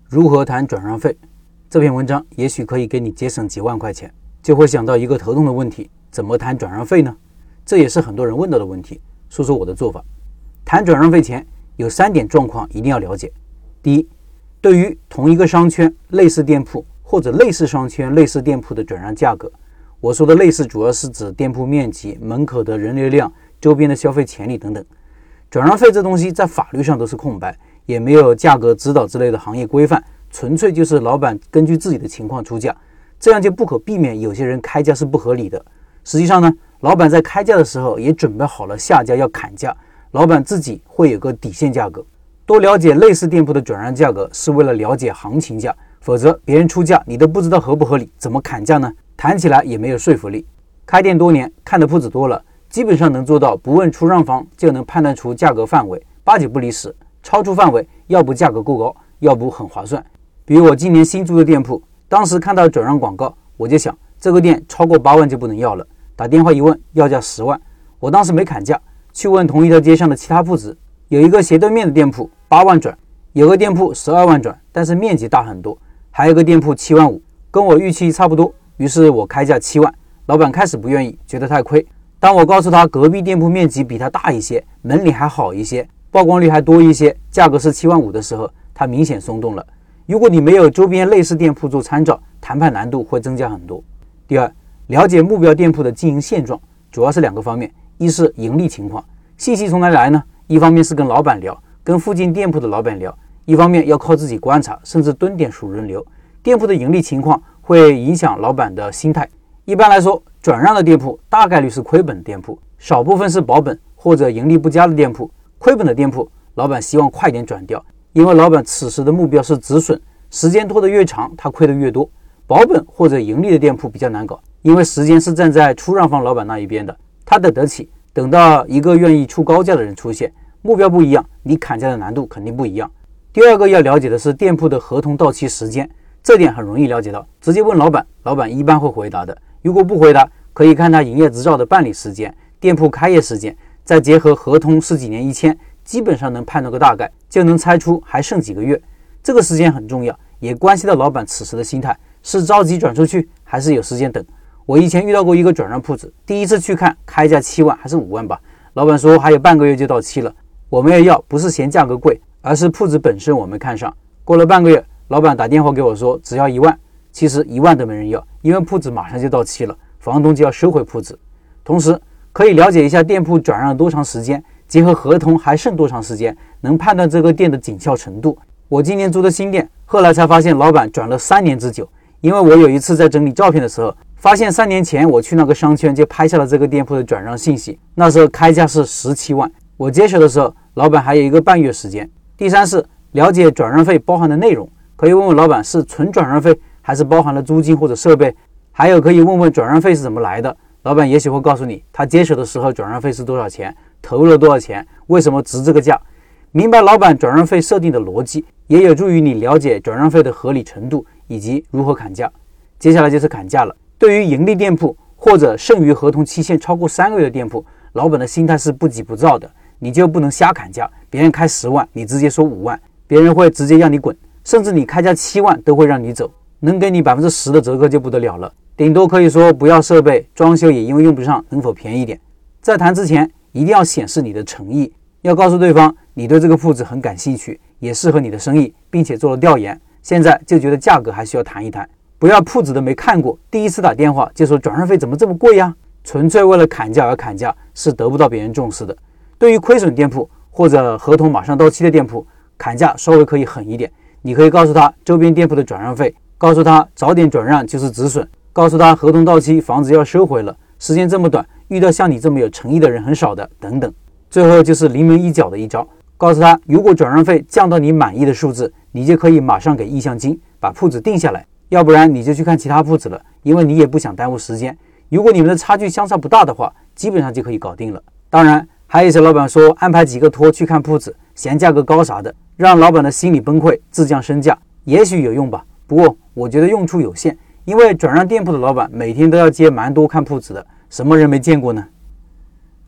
如何谈转让费？这篇文章也许可以给你节省几万块钱，就会想到一个头痛的问题：怎么谈转让费呢？这也是很多人问到的问题。说说我的做法。谈转让费前有3点状况一定要了解。第一，对于同一个商圈、类似店铺或者类似商圈、类似店铺的转让价格，我说的类似主要是指店铺面积、门口的人流量、周边的消费潜力等等。转让费这东西在法律上都是空白，也没有价格指导之类的行业规范，纯粹就是老板根据自己的情况出价，这样就不可避免有些人开价是不合理的。实际上呢，老板在开价的时候也准备好了下家要砍价，老板自己会有个底线价格。多了解类似店铺的转让价格是为了了解行情价，否则别人出价你都不知道合不合理，怎么砍价呢？谈起来也没有说服力。开店多年，看的铺子多了，基本上能做到不问出让方就能判断出价格范围，8九不离10。超出范围，要不价格够高，要不很划算。比如我今年新租的店铺，当时看到转让广告，我就想这个店超过8万就不能要了，打电话一问，要价10万。我当时没砍价，去问同一条街上的其他铺子，有一个斜对面的店铺8万转，有个店铺12万转，但是面积大很多，还有个店铺7万5，跟我预期差不多。于是我开价7万，老板开始不愿意，觉得太亏。当我告诉他隔壁店铺面积比他大一些，门里还好一些，曝光率还多一些，价格是7万5的时候，他明显松动了。如果你没有周边类似店铺做参照，谈判难度会增加很多。第二，了解目标店铺的经营现状，主要是2个方面。一是盈利情况，信息从哪里来呢？一方面是跟老板聊，跟附近店铺的老板聊，一方面要靠自己观察，甚至蹲点数人流。店铺的盈利情况会影响老板的心态。一般来说，转让的店铺大概率是亏本的店铺，少部分是保本或者盈利不佳的店铺。亏本的店铺，老板希望快点转掉，因为老板此时的目标是止损，时间拖得越长，他亏得越多。保本或者盈利的店铺比较难搞，因为时间是站在出让方老板那一边的，他等得起，等到一个愿意出高价的人出现，目标不一样，你砍价的难度肯定不一样。第二个要了解的是店铺的合同到期时间，这点很容易了解到，直接问老板，老板一般会回答的。如果不回答，可以看他营业执照的办理时间、店铺开业时间，再结合合同是几年一签，基本上能判断个大概，就能猜出还剩几个月。这个时间很重要，也关系到老板此时的心态，是着急转出去，还是有时间等。我以前遇到过一个转让铺子，第一次去看，开价7万还是5万吧，老板说还有半个月就到期了。我们要不是嫌价格贵，而是铺子本身我没看上。过了半个月，老板打电话给我说只要1万，其实1万都没人要，因为铺子马上就到期了，房东就要收回铺子。同时可以了解一下店铺转让了多长时间，结合合同还剩多长时间，能判断这个店的紧俏程度。我今年租的新店，后来才发现老板转了3年之久，因为我有一次在整理照片的时候，发现3年前我去那个商圈就拍下了这个店铺的转让信息，那时候开价是17万，我接手的时候老板还有1个半月时间。第三是了解转让费包含的内容，可以问问老板是纯转让费还是包含了租金或者设备，还有可以问问转让费是怎么来的，老板也许会告诉你他接手的时候转让费是多少钱，投入了多少钱，为什么值这个价。明白老板转让费设定的逻辑，也有助于你了解转让费的合理程度以及如何砍价。接下来就是砍价了。对于盈利店铺或者剩余合同期限超过3个月的店铺，老板的心态是不急不躁的，你就不能瞎砍价，别人开10万你直接说5万，别人会直接让你滚，甚至你开价7万都会让你走，能给你10%的折扣就不得了了，顶多可以说不要设备，装修也因为用不上，能否便宜一点。在谈之前一定要显示你的诚意，要告诉对方你对这个铺子很感兴趣，也适合你的生意，并且做了调研，现在就觉得价格还需要谈一谈。不要铺子都没看过，第一次打电话就说转让费怎么这么贵呀，纯粹为了砍价而砍价，是得不到别人重视的。对于亏损店铺或者合同马上到期的店铺，砍价稍微可以狠一点，你可以告诉他周边店铺的转让费，告诉他早点转让就是止损，告诉他合同到期房子要收回了，时间这么短，遇到像你这么有诚意的人很少的等等。最后就是临门一脚的一招，告诉他如果转让费降到你满意的数字，你就可以马上给意向金，把铺子定下来，要不然你就去看其他铺子了，因为你也不想耽误时间。如果你们的差距相差不大的话，基本上就可以搞定了。当然还有一些老板说安排几个托去看铺子，嫌价格高啥的，让老板的心理崩溃，自降身价，也许有用吧，不过我觉得用处有限，因为转让店铺的老板每天都要接蛮多看铺子的，什么人没见过呢？